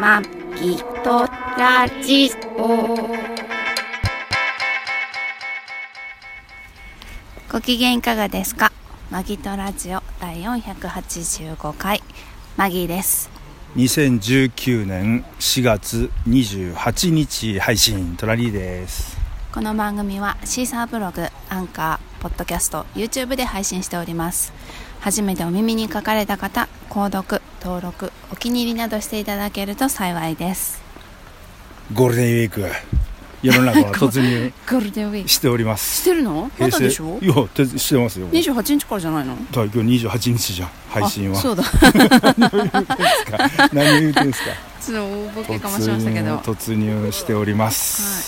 マギトラジオ。ご機嫌いかがですか？マギトラジオ第485回マギーです。 2019年4月28日配信トラリーです。 この番組はシーサーブログ、アンカー、ポッドキャスト、YouTube で配信しております。初めてお耳に書かれた方、購読、登録、お気に入りなどしていただけると幸いです。 ゴールデンウィーク世の中は突入ゴールデンウィークしております。 してるの？まだでしょ？ いやしてますよ。 28日からじゃないの？ 今日28日じゃん配信は。 そうだ何言ってんすかちょっと大ボケかましましたけど突入しております、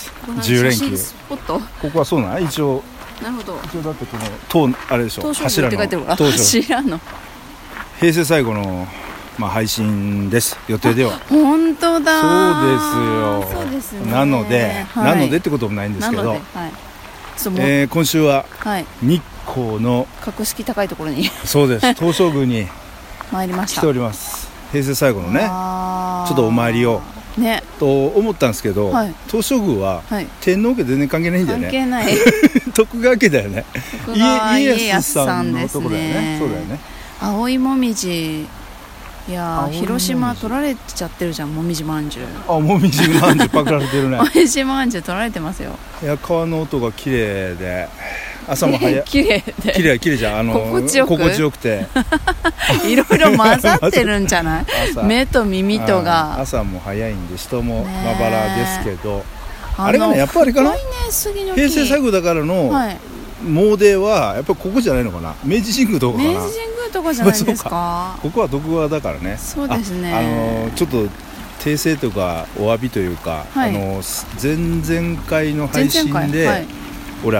はい、 10連休スポットここはそうなの一応。 なるほど。 一応だってこのあれでしょ、 柱の柱の平成最後の配信です。予定では本当だ。 そうですよ。 ね、 なので、 はい、 なのでってこともないんですけど、はい今週は日光の格式高いところにそうです東照宮に参りました。 来ております。平成最後のねちょっとお参りをねと思ったんですけど、東照宮は天皇家全然関係ないんだよね。 関係ない徳川家だよね。 家康さんのところだよね。そうだよね。 葵もみじ、いや広島取られちゃってるじゃん。もみじまんじゅう。 もみじまんじゅうパクられてるね。 もみじまんじゅう取られてますよ。 いや川の音が綺麗で朝も早い。綺麗じゃん。 心地よくていろいろ混ざってるんじゃない目と耳とが。 朝も早いんで人もまばらですけど、あれがねやっぱりかな、平成最後だからの詣ではやっぱりここじゃないのかな。明治神宮とかかな。 明治神宮とかじゃないですか。 ここは徳川だからね。 そうですね。 ちょっと訂正とかお詫びというか、前々回の配信で俺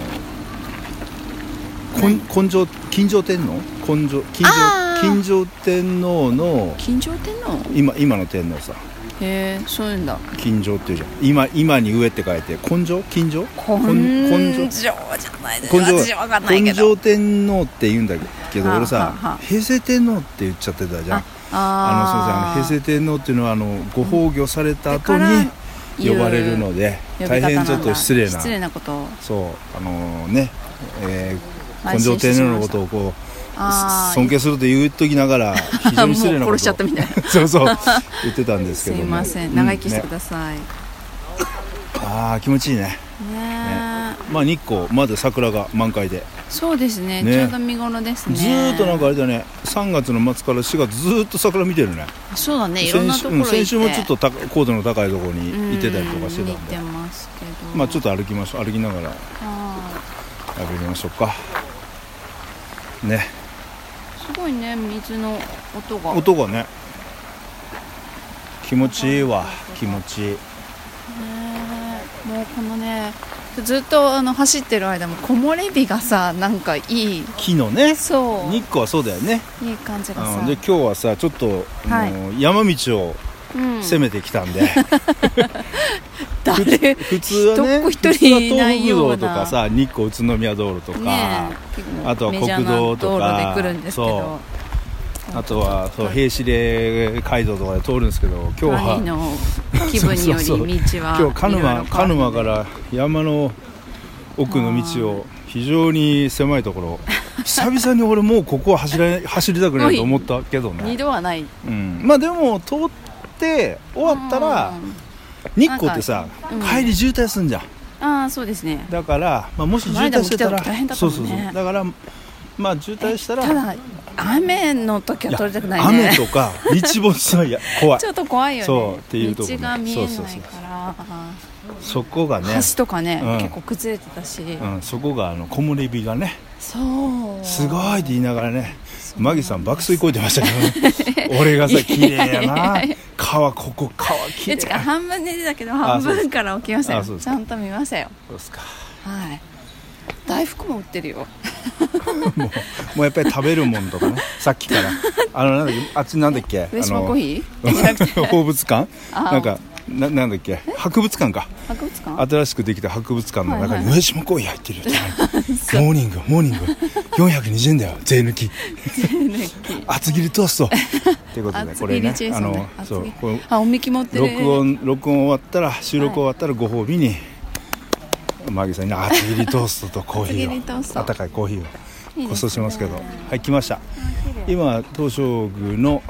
金城天皇の今の天皇さ。 へえ、そういうんだ。 金城っていうじゃん。今に上って書いて金城じゃないです。金城天皇って言うんだけど俺さ平成天皇って言っちゃってたじゃん。平成天皇っていうのはご崩御された後に呼ばれるので大変ちょっと失礼なことをそう金城天皇のことをこう尊敬すると言っときながら非常に失礼なことを殺しちゃったみたいなそう言ってたんですけども、 すいません長生きしてください。 気持ちいいね。日光まだ桜が満開で。 そうですね、ちょうど見頃ですね。 ずーっとなんかあれだね、3月の末から4月ずーっと桜見てるね。 そうだね、いろんなところ行って。 先週もちょっと高度の高いところに行ってたりとかしてたんで、 見てますけど、 ちょっと歩きながら歩きましょうかね。 すごいね、水の音がね気持ちいいわ。気持ちいい。 もうこのねずっと走ってる間も木漏れ日がさ、なんかいい。 木のね、 そう日光はそうだよね。 いい感じがさ。 で今日はさちょっと、山道を攻めてきたんで、普通はね一人いないような東北道とかさ、日光宇都宮道路とか、あとは国道とか、 で来るんですけど、 あとは平子霊街道とかで通るんですけど、今日は気分により道は今日鹿沼から山の奥の道を非常に狭いところ久々に俺もうここは走りたくないと思ったけどね。 2度はない、 でも通って終わったら日光ってさ、帰り渋滞すんじゃん。 そうですね。 だから、もし渋滞してたら大変だったもんね。 だから渋滞したらただ雨の時は通りたくないね。 雨とか日没は怖いちょっと怖いよね。 そうっていうところ、 道が見えないからそこがね、 橋とかね、結構崩れてたし、 そこが木漏れ日がね、 そうすごいって言いながらね、マギさん爆睡こいてましたけどね俺がさ綺麗やな川綺麗。 半分寝てたけど半分から起きましたよ。ちゃんと見ましたよ。 そうですか。 大福も売ってるよもうやっぱり食べるもんとかねさっきからあっちなんだっけ、 上島コーヒー放物館なんだっけ、博物館か。 博物館、 新しくできた博物館の中に上島コーヒー入ってるよモーニング 420円だよ税抜き厚切りトーストってことでこれねそうおみき持ってる録音終わったら収録終わったらご褒美にマギさんに厚切りトーストとコーヒーを温かいコーヒーをご馳走しますけどはい来ました今東照宮の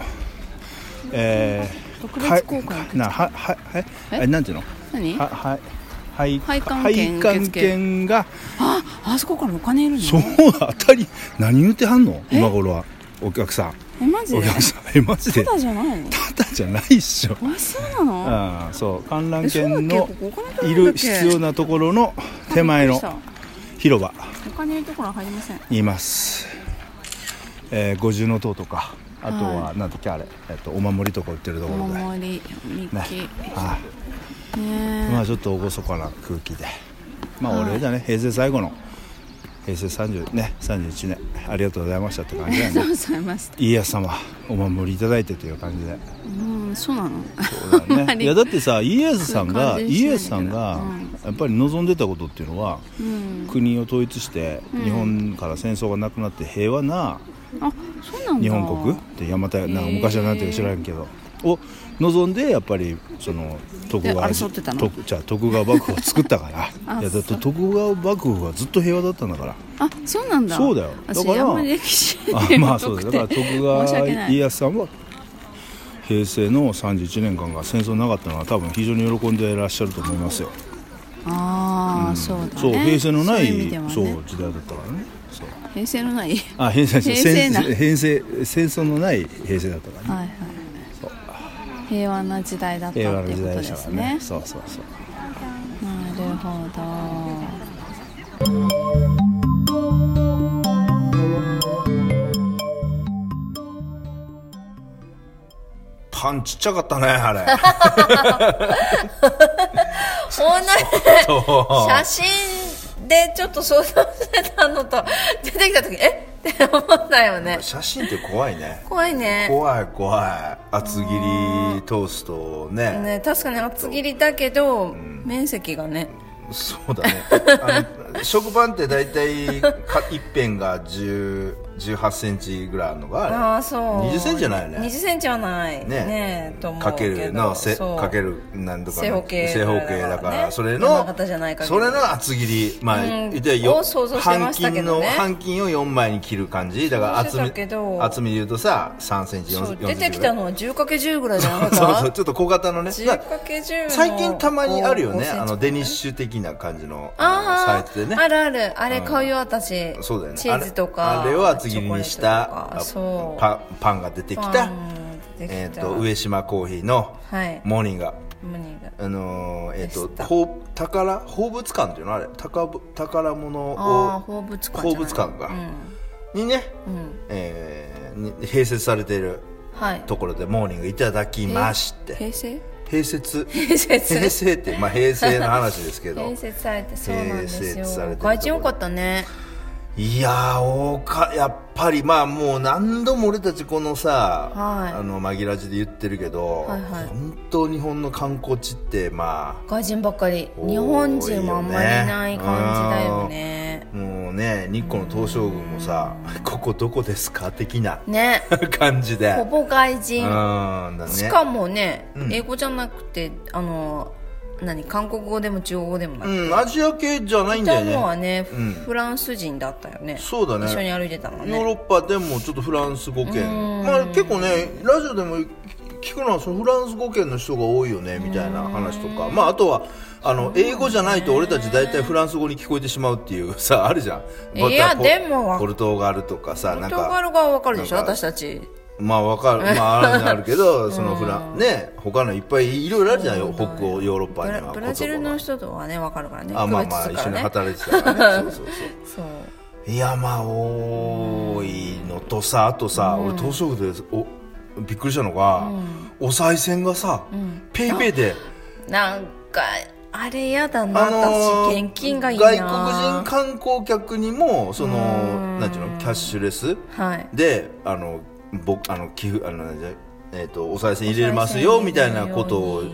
特別公開なんていうの配管券があそこからお金いるのそう当たり何言ってはんの今頃はお客さんマジでお客さんマジでただじゃないのただじゃないっしょそうなのそう観覧券のいる必要なところの手前の広場お金いるところは入りませんいます五重塔とかあとはなんだっけあれお守りとか売ってるところでお守りミッキーまあちょっと厳かな空気でまあ俺じゃね平成最後の平成31年ありがとうございましたって感じだよね家康様お守りいただいてという感じでそうなのそうだねいやだってさ家康さんがやっぱり望んでたことっていうのは国を統一して日本から戦争がなくなって平和な日本国ってなんか昔はなんていうか知らんけどを望んでやっぱりその徳川幕府を作ったからいやだって徳川幕府はずっと平和だったんだからそうなんだそうだよだからまあそうだから徳川家康さんは平成の31年間が戦争なかったのは多分非常に喜んでいらっしゃると思いますよそうだねそう平成のない時代だったからね平成のない戦争のない平成だったからね平和な時代だったっていうことですねそうなるほどパンちっちゃかったねあれ写真でちょっと想像してたのと出てきた時って思ったよね写真って怖いね怖い厚切りトーストね確かに厚切りだけど、面積がねそうだね食パンって大体一辺が18センチぐらいあるのがあれそう 20センチじゃないよね 20センチはないねと思うかける何とか正方形だからそれの厚切りまあ半斤を4枚に切る感じだから厚みで言うとさ3センチ4センチ出てきたのは 10×10 ぐらいじゃなかったそうちょっと小型のね 10×10 最近たまにあるよねデニッシュ的な感じのサイズでねあるあれ買うよ私そうだよねチーズとかあれを厚切りにしたパンが出てきた上島コーヒーのモーニンガ宝物館っていうのあれ宝物を宝物館がにね併設されているところでモーニングいただきまして併設ってまあ平成の話ですけど併設されてそうなんですよ外人多かったねいややっぱりまあもう何度も俺たちこのさ紛らわじで言ってるけど本当日本の観光地ってまあ外人ばっかり日本人もあんまりいない感じだよねもうね日光の東照宮もさここどこですか的な感じでほぼ外人しかもね英語じゃなくて韓国語でも中国語でもなくてアジア系じゃないんだよねいたのはねフランス人だったよねそうだね一緒に歩いてたのねヨーロッパでもちょっとフランス語圏まあ結構ねラジオでも聞くのはフランス語圏の人が多いよねみたいな話とかまああとは英語じゃないと俺たち大体フランス語に聞こえてしまうっていうさあるじゃんいやでもポルトガルとかさポルトガルが分かるでしょ私たちまあわかるあるけどその他のいっぱいいろいろあるじゃんよ北欧ヨーロッパにはブラジルの人とはね分かるからねまあ一緒に働いてたからねそういやまあ多いのとさあとさ俺東照宮でびっくりしたのがお賽銭がさペイペイでなんかあれやだな私現金がいいな外国人観光客にもそのなんていうのキャッシュレスで寄付お賽銭入れますよみたいなことを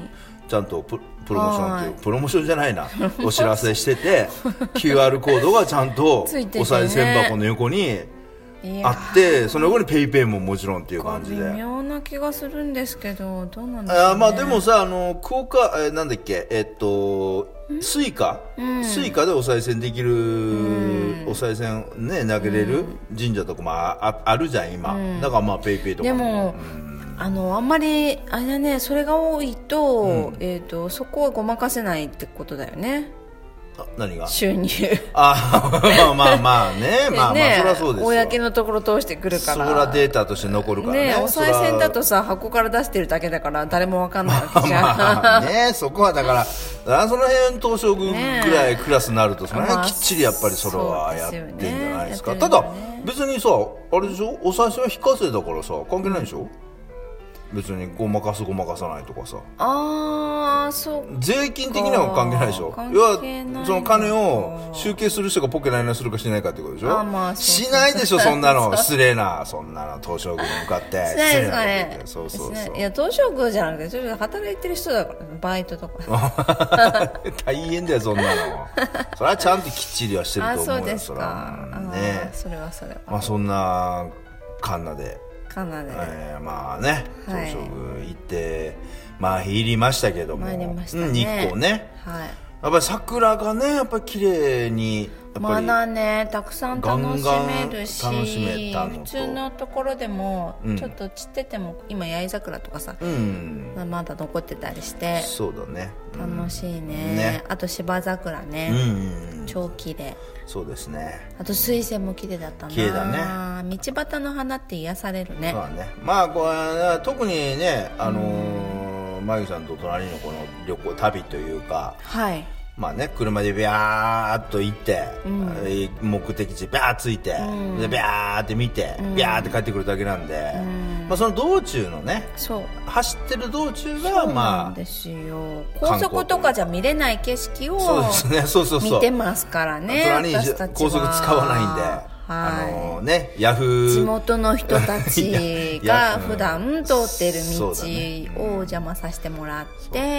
ちゃんとプロモーションっていうプロモーションじゃないなお知らせしててQR コードがちゃんとお賽銭箱の横にあって、その横にペイペイももちろんっていう感じで微妙な気がするんですけど、どうなんですかね。 まあでもさ、クオカなんだっけ、スイカでお賽銭できる、お賽銭ね投げれる神社とかもあるじゃん今、だからまあペイペイとかでも、あんまりあれだね、それが多いと、そこはごまかせないってことだよね。 何が収入まあねまあそりゃそうですよ。 公のところ通してくるから、 それはデータとして残るからね。 お賽銭だとさ、箱から出してるだけだから誰も分かんないわけじゃん。 まあね、そこはだからその辺東照宮ぐらいクラスになるとその辺きっちりやっぱりそれはやってんじゃないですか。ただ別にさあれでしょ、お賽銭は非課税だからさ関係ないでしょ。別にごまかすごまかさないとかさ、 そう税金的には関係ないでしょ。要はその金を集計する人がポケないなするかしないかってことでしょ。しないでしょそんなの。失礼な、そんなの東照宮に向かってしないですかね。 そういや東照宮じゃなくて、それで働いてる人だからバイトとか大変だよそんなの。それはちゃんときっちりはしてると思うよ。 そうですか。 ね、 それはまあそんなカンナでまあね、東照宮行ってまあ入りましたけども、日光ね、やっぱり桜がねやっぱり綺麗にまだねたくさん楽しめるし、普通のところでもちょっと散ってても、今八重桜とかさ、まだ残ってたりして、 そうだね、 楽しいね。あと芝桜ね、超綺麗。そうですね。あと水仙も綺麗だったな。 綺麗だね。 道端の花って癒されるね。 そうだね。まあこれ特にねマギさんと隣のこの旅行旅というか、まあね、車でビャーっと行って、目的地ビャーついて、でビャーって見て、ビャーって帰ってくるだけなんで、まあその道中のね、走ってる道中がまあ、 そうなんですよ。高速とかじゃ見れない景色を見てますからね。私たちは高速使わないんで。ね、ヤフー地元の人たちが普段通っている道をお邪魔させてもらって、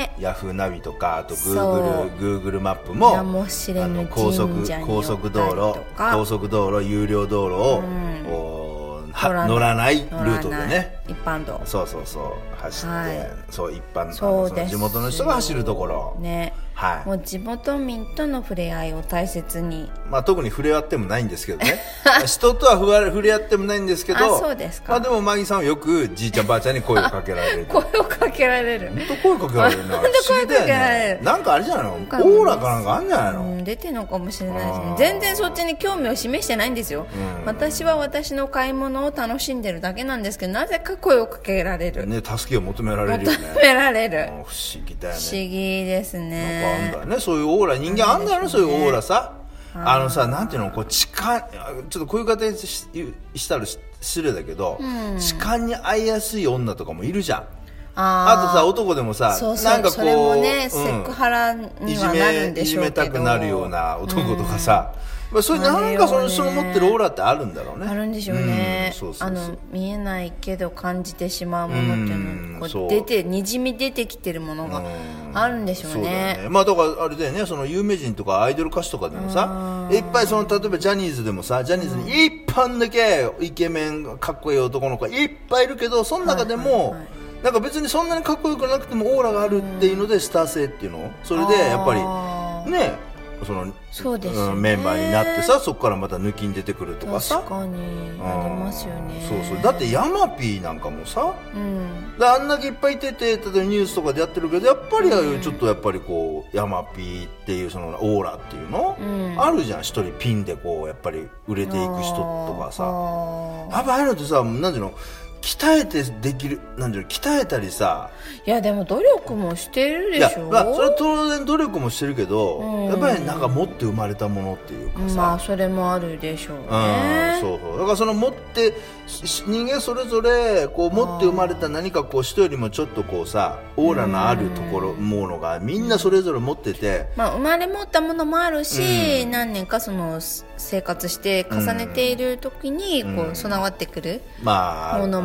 ヤフーナビとかあとグーグルマップも高速道路有料道路を乗らないルートでね、 一般道走って一般地元の人が走るところね。 もう地元民との触れ合いを大切に、 まあ特に触れ合ってもないんですけどね人とは触れ合ってもないんですけど、 そうですか。 まあでもマギさんはよくじいちゃんばあちゃんに声をかけられる声をかけられる、 本当声かけられるな。不思議だよね。なんかあれじゃないの、オーラかなんかあるんじゃないの、 出てるのかもしれないですね。全然そっちに興味を示してないんですよ。私は私の買い物を楽しんでるだけなんですけど、なぜか声をかけられるね。助けを求められるよね。 求められる。 不思議だよね。 不思議ですね。 なんかあんだよね、そういうオーラ。人間あんだよね、そういうオーラさ。さ、なんていうの、こうちょっとこういう方したら失礼だけど、痴漢に遭いやすい女とかもいるじゃん。あとさ、男でもさ、なんかこう、 それもね、セクハラにはなるんでしょうけど、 いじめたくなるような男とかさ、それなんかその人の持ってるオーラってあるんだろうね。 あるんでしょうね。見えないけど感じてしまうものっていうのこうにじみ出てきてるものがあるんでしょうね。 まあだからあれだよね、その有名人とかアイドル歌手とかでもさ、いっぱいその例えばジャニーズでもさ、ジャニーズに一般だけイケメンかっこいい男の子がいっぱいいるけど、その中でもなんか別にそんなにかっこよくなくてもオーラがあるっていうのでスター性っていうの、それでやっぱりね、 そうですね、 メンバーになってさ、そこからまた抜きに出てくるとかさ、 確かにありますよね。 だってヤマピーなんかもさ、あんだけいっぱいいてて、例えばニュースとかでやってるけど、やっぱりちょっとやっぱりこうヤマピーっていうそのオーラっていうの、あるじゃん。一人ピンでこうやっぱり売れていく人とかさ、やっぱああいうのってさ、なんていうの、鍛えてできる、なんていうの、鍛えたりさ。 いやでも努力もしてるでしょ。 いや、それは当然努力もしてるけど、やっぱりなんか持って生まれたものっていうかさ、 まあそれもあるでしょうね。 そうだからその持って人間それぞれこう持って生まれた何かこう人よりもちょっとこうさ、オーラのあるところものがみんなそれぞれ持ってて、 まあ生まれ持ったものもあるし、何年かその生活して重ねている時にこう備わってくるものも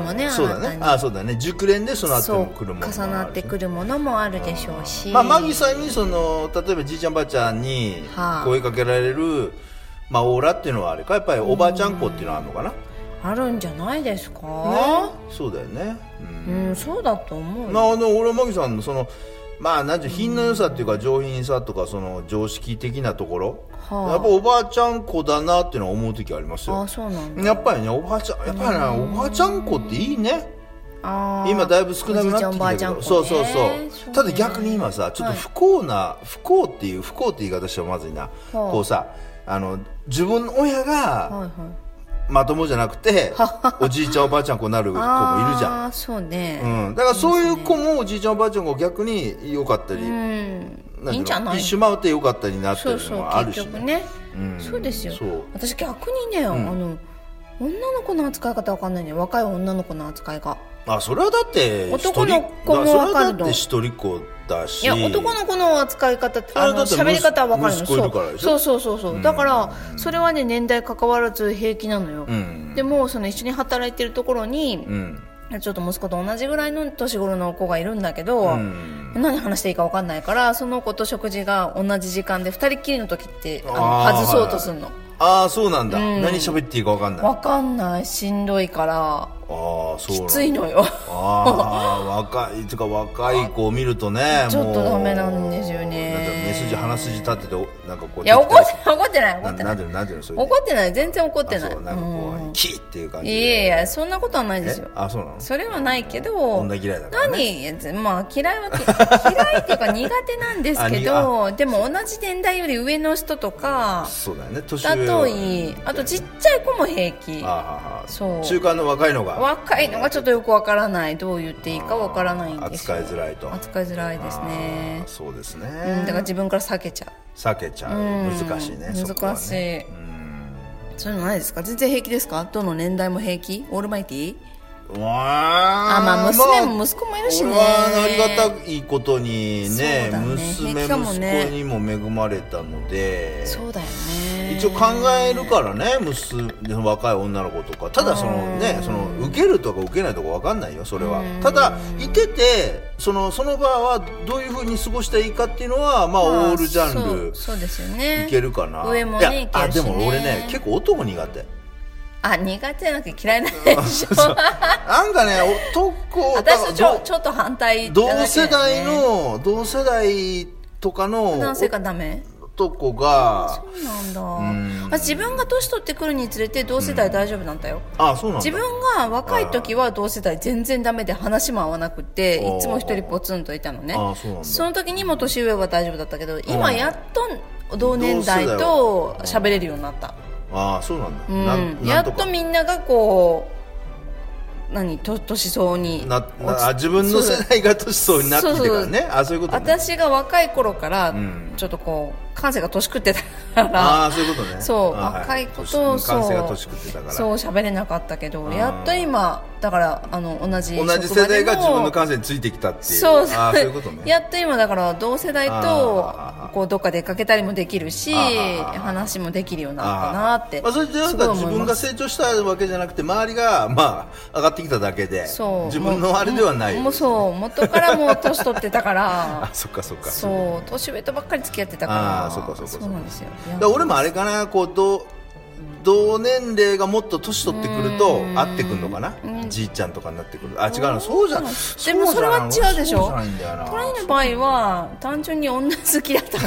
もね、 そうだね、そうだね、熟練でその後も来るものも重なってくるものもあるでしょうし、 マギさんに例えばじいちゃんばあちゃんに声かけられる、オーラっていうのはあれか、やっぱりおばあちゃん子っていうのはあるのかな、 あるんじゃないですか、 ね、そうだよね、 そうだと思う。 俺はマギさんのなんていう品の良さっていうか上品さとか常識的なところ、やっぱおばあちゃん子だなっていうのは思う時ありますよ。 そうなんだ。 やっぱりね、おばあちゃん、おばあちゃん子っていいね。今だいぶ少なくなってきたけど、そうただ逆に今さ、ちょっと不幸って言い方したらまずいな、こうさ、自分の親がまともじゃなくておじいちゃんおばあちゃん子になる子もいるじゃん。 そうね、 だからそういう子もおじいちゃんおばあちゃん子逆に良かったり、いいんじゃない、 一周回って良かったりになってるのもあるしね。 そうですよ。私逆にね、女の子の扱い方わかんないね、若い女の子の扱いが。 それはだって男の子も分かるの。 一人っ子だし、 いや、男の子の扱い方って喋り方は分かるの。そうだから、それはね、年代関わらず平気なのよ、でも一緒に働いてるところに、ちょっと息子と同じぐらいの年頃の子がいるんだけど、何話していいか分かんないから、その子と食事が同じ時間で2人っきりの時って外そうとするの。 そうなんだ、何喋っていいか分かんない、 しんどいから、 きついのよ。 若い子を見るとね、 ちょっとダメなんですよね。 目筋鼻筋立ってて、なんかこう、 いや、怒ってないなんていうの、 怒ってない、全然怒ってない。 なんかこう、キーっていう感じで。 いやそんなことはないですよ。 そうなの。 それはないけど、 女嫌いだからね。 嫌いっていうか苦手なんですけど、でも同じ年代より上の人とか、 そうだよね、 だといい。あとちっちゃい子も平気。 中間の若いのがちょっとよくわからない、どう言っていいかわからないんですよ。 扱いづらいですね。 そうですね、 だから自分から避けちゃう、 難しいね、 難しい。そういうのないですか？全然平気ですか？どの年代も平気？オールマイティー？娘も息子もいるしね。 俺はありがたいことにね、娘息子にも恵まれたので、 そうだよね、 一応考えるからね、若い女の子とか。ただ受けるとか受けないとか分かんないよ、それは。ただいてて、その場はどういうふうに過ごしたらいいかっていうのは、オールジャンルそうですよね、 いけるかな。 上もね、いけるしね。 でも俺ね、結構男苦手。 苦手じゃなくて嫌いなんでしょ。 なんかね、 私とちょっと反対だね。 同世代とかの男性がダメ？ 男が。 そうなんだ。自分が年取ってくるにつれて同世代大丈夫なんだよ。 そうなんだ。 自分が若い時は同世代全然ダメで、話も合わなくて、いつも一人ポツンといたのね。その時にも年上は大丈夫だったけど、今やっと同年代と喋れるようになった。 そうなんだ、 やっとみんながこう年相に自分の世代が年相になってきてからね。そういうことね。 私が若い頃からちょっとこう感性が年食ってたから、 そういうことね。 若い子と感性が年食ってたから喋れなかったけど、やっと今だから同じ世代が自分の感性についてきたっていう。 そういうことね。 やっと今だから同世代とこうどっか出かけたりもできるし、話もできるようになったなって。 それでなんか自分が成長したわけじゃなくて、周りが上がってきただけで、自分のあれではない。 元からもう年取ってたからそっか年上とばっかり付き合ってたから。 そうなんですよ。 俺もあれかな、同年齢がもっと年取ってくると会ってくるのかな、じいちゃんとかになってくる。違うの、そうじゃん。 でもそれは違うでしょ。トライの場合は単純に女好きだった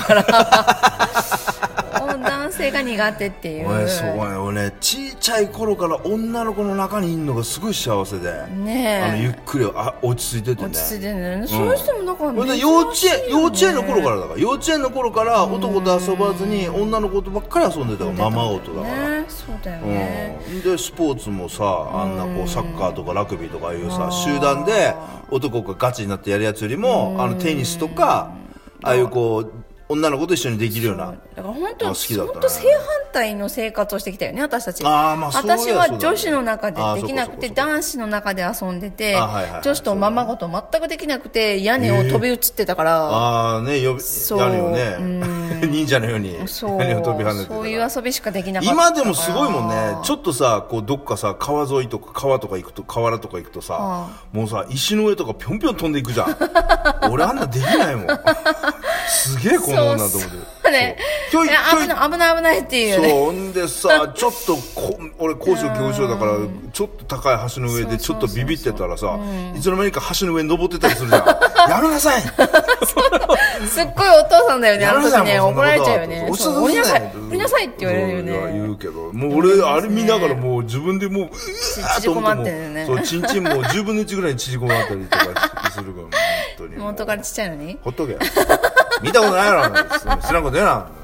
から男性が苦手っていう。 俺ね、ちっちゃい頃から女の子の中にいるのがすごい幸せでね、ゆっくり落ち着いててね。そういう人もなんか幼稚園の頃からだから、幼稚園の頃から男と遊ばずに女の子とばっかり遊んでたから、ままごとだから。 そうだよね。 でスポーツもさ、あんなこうサッカーとかラグビーとかいうさ、集団で男がガチになってやるやつよりも、テニスとかああいうこう女の子と一緒にできるような。 だから本当好きだったね。 本当正反対の生活をしてきたよね、私たち。私は女子の中でできなくて、男子の中で遊んでて、女子とままごと全くできなくて、屋根を飛び移ってたから。 ああね、屋根をね、忍者のように屋根を飛び跳ねてた。 そういう遊びしかできなかった。 今でもすごいもんね。ちょっとさ、こうどっかさ、川沿いとか川とか行くと、河原とか行くとさ、もうさ、石の上とかぴょんぴょん飛んでいくじゃん。俺あんなできないもん。すげえこの女と思って。 危ないっていうね。 そう。んでさ、ちょっと俺高所恐怖症だから、ちょっと高い橋の上でちょっとビビってたらさ、いつの間にか橋の上に登ってたりするじゃん。やめなさい。すっごいお父さんだよね、あの時ね。怒られちゃうよね。降りなさいって言われるよね。 言うけど、もう俺あれ見ながらもう自分でもう縮こまってるね。 そう、ちんちんもう10分の1ぐらいに縮こまったりとかするから、本当に。 元からちっちゃいのに。 ほっとけ。見たことないやろ。知らんことやな。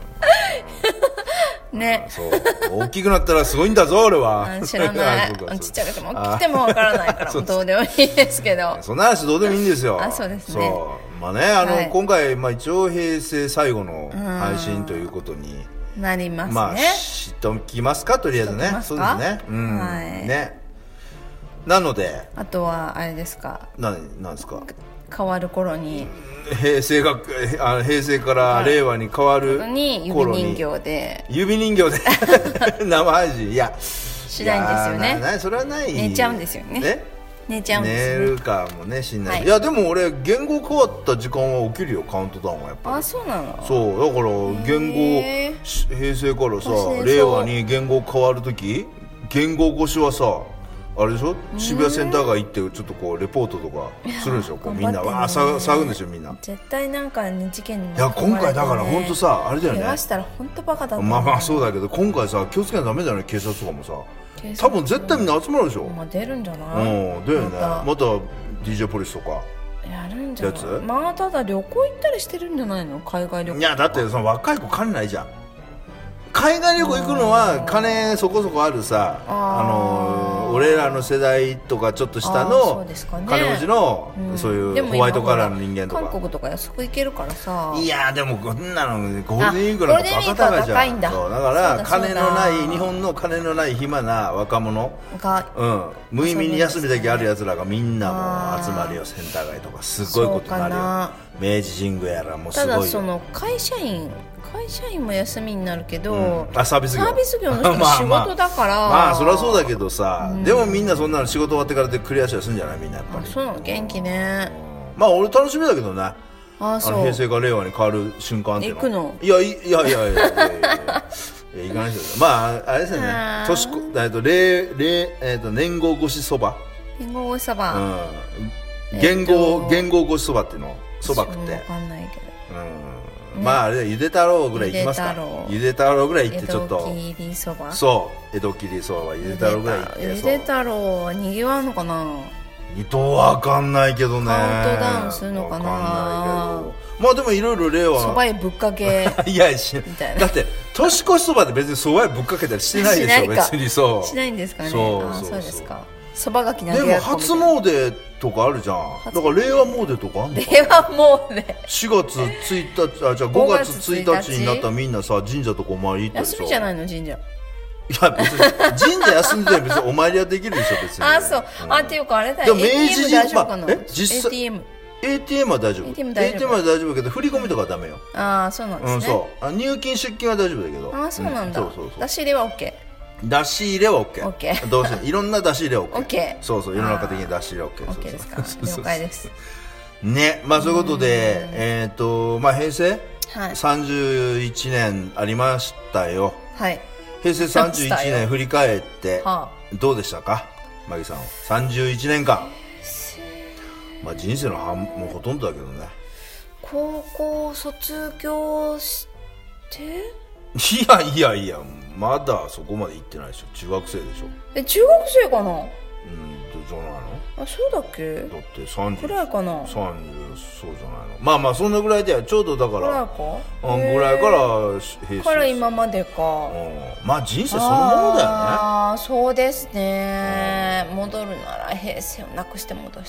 ね。 そう。大きくなったらすごいんだぞ、俺は。 知らない。ちっちゃくても大きくてもわからないから、どうでもいいですけど。 そんな話どうでもいいんですよ。 そうですね。 そう。まあね、今回、一応平成最後の配信ということになりますね。 まあ、知っておきますか、とりあえずね。そうですね。ね。なので。 あとは、あれですか。 なんですか。 変わる頃に。 平成から令和に変わる頃に指人形で生配信しないんですよね。 それはない。 寝ちゃうんですよね。寝ちゃうんです。 寝るかもねしんない。いやでも俺言語変わった時間は起きるよ、カウントダウンはやっぱり。 あ、そうなの。 そうだから言語平成からさ令和に言語変わる時、言語越しはさあれでしょ、渋谷センター街行ってちょっとこうレポートとかするでしょ、こうみんな騒ぐんでしょ、みんな。絶対なんかね、事件にいや今回だから本当さあれだよね。 怪我したら本当バカだった。 まあそうだけど今回さ気をつけなきゃダメだよね、警察とかもさ。多分絶対みんな集まるでしょ。 出るんじゃない。 だよね。また DJ ポリスとかやるんじゃない。まあただ旅行行ったりしてるんじゃないの、海外旅行。 いやだってその若い子金ないじゃん。海外旅行行くのは金そこそこあるさ、俺らの世代とかちょっと下の金持ちのそういうホワイトカラーの人間とか。 韓国とか安く行けるからさ。 いやでもこんなのゴールデンウィークなんかバカ高いじゃん。だから金のない日本の金のない暇な若者が、無意味に休みだけあるやつらがみんなもう集まるよ、センター街とかすごいことになるよ。明治神宮やらもうすごいよ。 ただその会社員も休みになるけど、 サービス業の人の仕事だからまあそりゃそうだけどさ、でもみんなそんなの仕事終わってからでクリアしたりするんじゃない、みんなやっぱり。 そうなの、元気ね。 まあ俺楽しみだけどね、 そう平成から令和に変わる瞬間っていうの。 行くの？ いや行かないですよ。まああれですよね、年号越しそば、 言語越しそば、 言語越しそばっていうのそば食って。 分かんないけど、 まああれだ、ゆで太郎ぐらい行きますか。ゆで太郎ぐらい行ってちょっと江戸切りそば。 そう江戸切りそば、ゆで太郎ぐらい行って。 ゆで太郎はにぎわうのかな。 わかんないけどね。 カウントダウンするのかな。 まあでもいろいろ令和そばへぶっかけいやだって年越しそばで別にそばへぶっかけたりしてないでしょ別に。そうしないんですかね。そうですか。そばがきなでも初詣とかあるじゃん。だから令和詣とかあんのか。 令和詣 4月1日じゃあ5月1日になったらみんなさ神社とかお参り行ったでしょ。 休みじゃないの神社。 いや別に神社休んで別にお参りはできるでしょ別に。 そう。っていうかあれだよ。でも明治神社実際ATM は大丈夫。ATM は大丈夫だけど振り込みとかはダメよ。 そうなんですね。 そう入金出金は大丈夫だけど。 そうなんだ。出し入れは OK。 出し入れは OK。どうせいろんな出し入れは OK。そう世の中的に出し入れは OK。 ですか。了解です。 ね、まあそういうことでまあ平成31年ありましたよ。平成31年振り返ってどうでしたか、マギさん。31年間、まあ人生のもうほとんどだけどね。 高校卒業していやまだそこまで行ってないでしょ。中学生でしょ。 中学生かな。 じゃないの。 そうだっけ。 だって30 くらいかな。 30、そうじゃないの。まあそんなぐらいでちょうどだからぐらいから平成から今までか。 まあ人生そのものだよね。 そうですね。戻るなら平成をなくして戻して。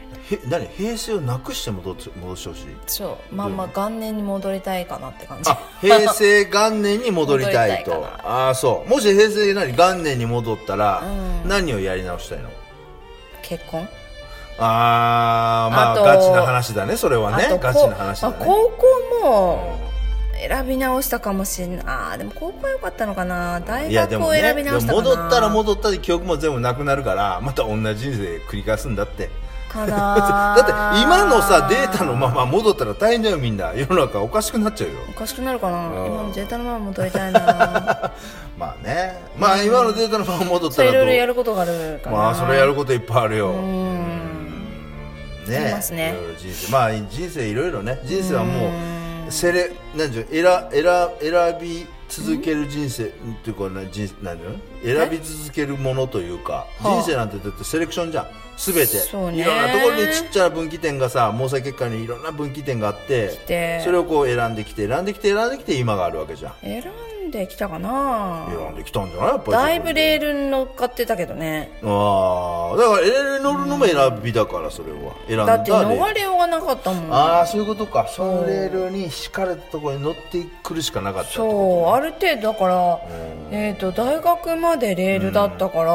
何平成をなくして戻してほしい。 そうまあまあ元年に戻りたいかなって感じ。 平成元年に戻りたいと。ああそうもし平成元年に戻ったら、何をやり直したいの？ 結婚。 まあガチな話だねそれはね。ガチな話だね。 高校も選び直したかもしれない。でも高校は良かったのかな。大学を選び直したかな。 でも戻ったら戻ったで記憶も全部なくなるからまた同じ人生繰り返すんだってかな。 だって今のさデータのまま戻ったら大変だよみんな。世の中おかしくなっちゃうよ。 おかしくなるかな。今のデータのまま戻りたいな。 まあねまあ今のデータのまま戻ったらいろいろやることがあるから。 まあそれやることいっぱいあるよ。 ね、ありますね。 人生まあ人生いろいろね。人生はもう選び続ける人生っていうかね、選び続けるものというか、人生なんてだってセレクションじゃん。すべていろんなところにちっちゃな分岐点がさ、毛細血管にいろんな分岐点があって、それをこう選んできて今があるわけじゃん。選んできたかな。 選んできたんじゃない？やっぱりだいぶレールに乗っかってたけどね。 だからレールに乗るのも選びだから、それは選んだ。 だって逃れようがなかったもん。 そういうことか。そのレールに敷かれたところに乗ってくるしかなかったってこと、 そうある程度だから、大学までレールだったから、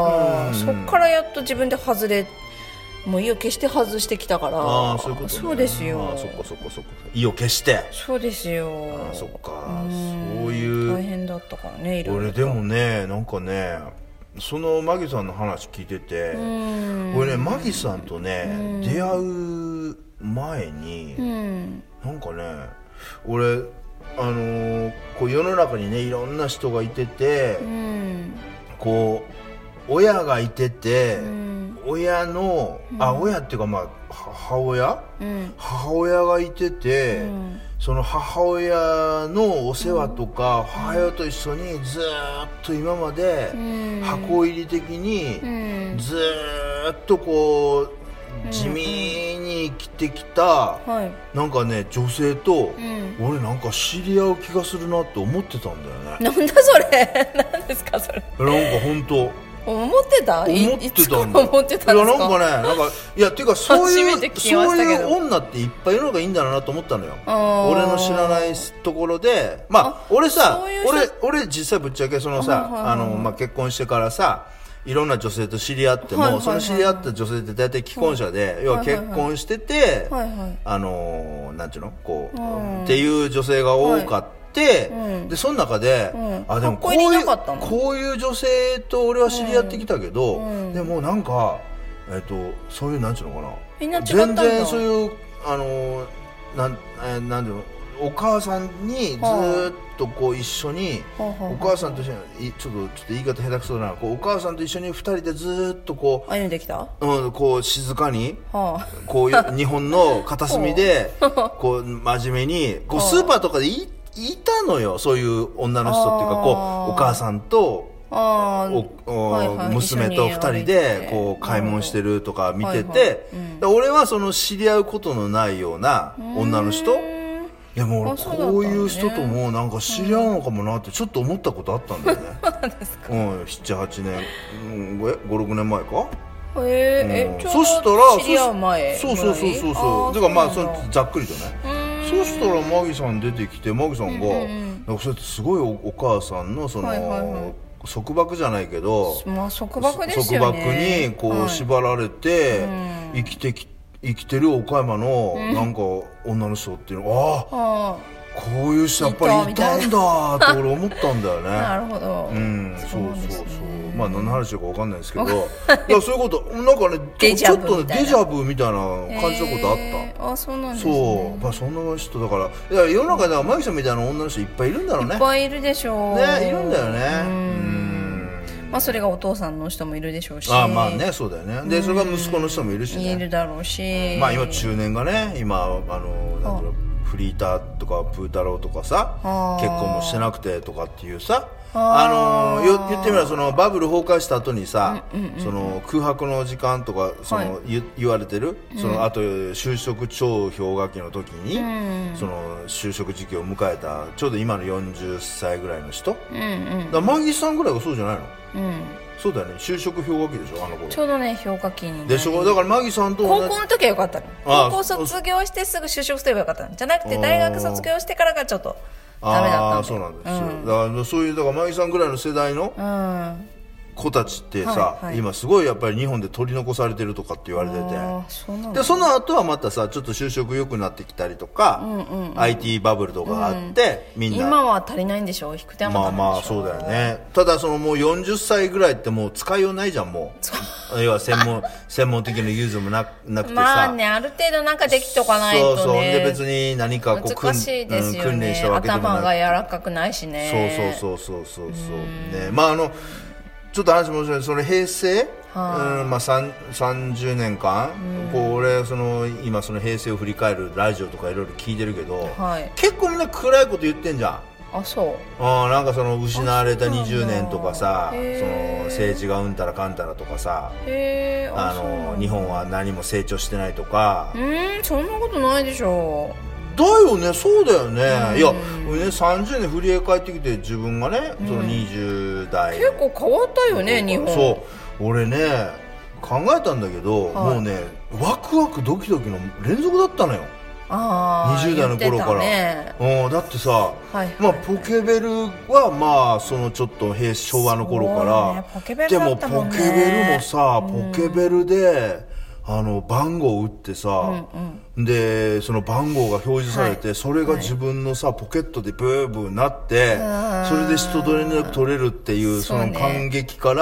そっからやっと自分で外れもう意を決して外してきたから。 そういうことね。 そうですよ。 そっか意を決して。 そうですよ。 そっかそういう大変だったからね。いろいろ俺でもねなんかねそのマギさんの話聞いてて、俺ねマギさんとね出会う前になんかね俺こう世の中にねいろんな人がいてて、こう親がいてて、親の親っていうかまあ母親がいてて、その母親のお世話とか、母親と一緒にずーっと今まで箱入り的にずーっとこう地味に生きてきた、なんかね女性と、俺なんか知り合う気がするなって思ってたんだよね。 なんだそれ。何ですかそれ。 なんか本当思ってたんだ。いやなんかねいやっていうかそういう女っていっぱいいるのがいいんだろうなと思ったのよ。俺の知らないところで俺実際ぶっちゃけそのさ結婚してからさいろんな女性と知り合っても、その知り合った女性って大体既婚者で、要は結婚しててなんていうのこうっていう女性が多かった。でその中で、でもこういう女性と俺は知り合ってきたけど、でもなんかそういうなんていうのかな、 みんな違ったんだ。 全然そういうなんていうの、お母さんにずっとこう一緒に、お母さんと一緒にちょっと言い方下手くそだな、こうお母さんと一緒に2人でずっとこう歩んできた、 こう静かに、こういう日本の片隅でこう真面目にこうスーパーとかでいたのよ、そういう女の人っていうか、こうお母さんと娘と2人でこう買い物してるとか見てて、俺はその知り合うことのないような女の人、でも俺こういう人ともなんか知り合うのかもなってちょっと思ったことあったんだよね。7,8年5,6年前か。そしたら知り合う前。 そうだからまあざっくりとね。そしたらマギさん出てきて、マギさんがなんかそうやってすごいお母さんのその束縛じゃないけど、 束縛ですよね。 束縛にこう縛られて生きてる岡山のなんか女の人っていうの、こういう人やっぱりいたんだって俺思ったんだよね。 なるほど。 そうまあ何の話か分かんないですけど、いやそういうことなんかねちょっとねデジャブみたいな感じのことあった。 そうなんですね。 そうそんな人だから、いや世の中ではマギさんみたいな女の人いっぱいいるんだろうね。 いっぱいいるでしょうね。いるんだよね。 まあそれがお父さんの人もいるでしょうし。 まあね、そうだよね。でそれが息子の人もいるしね。 いるだろうし。 まあ今中年がね、今なんていうのフリーターとかプータローとかさ、結婚もしてなくてとかっていうさ、言ってみればそのバブル崩壊した後にさ、その空白の時間とかその言われてる、その後就職超氷河期の時に、その就職時期を迎えたちょうど今の40歳ぐらいの人、だマギさんぐらいがそうじゃないの？ そうだよね、就職氷河期でしょ、あの頃。 ちょうどね氷河期にでしょ。だからマギさんと同じ高校の時はよかったの。高校卒業してすぐ就職すればよかったのじゃなくて、大学卒業してからがちょっとダメだったんで。 ああそうなんですよ、だからそういうだからマギさんぐらいの世代の子たちってさ、今すごいやっぱり日本で取り残されてるとかって言われてて、でその後はまたさちょっと就職良くなってきたりとか、IT バブルとかがあって、みんな今は足りないんでしょ、引く手余ったんでしょ。 まあそうだよね。ただそのもう40歳ぐらいってもう使いようないじゃん、もう要は専門的な融通もなくてさ、 まあね、ある程度なんかできとかないとね。 そうで別に何かこう難しいですよね、 訓練したわけでもなく、 頭が柔らかくないしね。 そうね。まあちょっと話もしないそれ平成、30年間、こう俺今その平成を振り返るラジオとかいろいろ聞いてるけど、結構みんな暗いこと言ってんじゃん。 あ、そう。 なんかその失われた20年とかさ、その政治がうんたらかんたらとかさ、日本は何も成長してないとか。 そんなことないでしょ。 だよね、そうだよね。いや、俺ね、30年振り返ってきて自分がね、その20代結構変わったよね、日本。 そう俺ね考えたんだけど、もうねワクワクドキドキの連続だったのよ、20代の頃から。だってさ、ポケベルはまあそのちょっと昭和の頃から、でもポケベルもさ、ポケベルで番号を打ってさ、でその番号が表示されて、それが自分のさポケットでブーブーなって、それで人と連絡取れるっていうその感激から、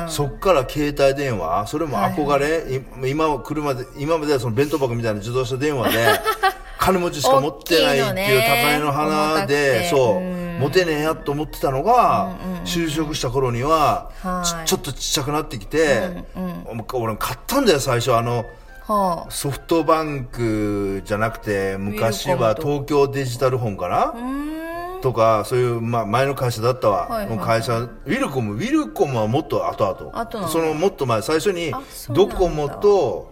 そっから携帯電話、それも憧れ、今まではその弁当箱みたいな自動車電話で金持ちしか持ってないっていう高いの花で、持てねえやと思ってたのが、就職した頃にはちょっとちっちゃくなってきて、俺買ったんだよ最初。ソフトバンクじゃなくて昔は東京デジタルフォンかなとか、そういう、前の会社だったわ、会社。ウィルコムはもっと後々、そのもっと前、最初にドコモと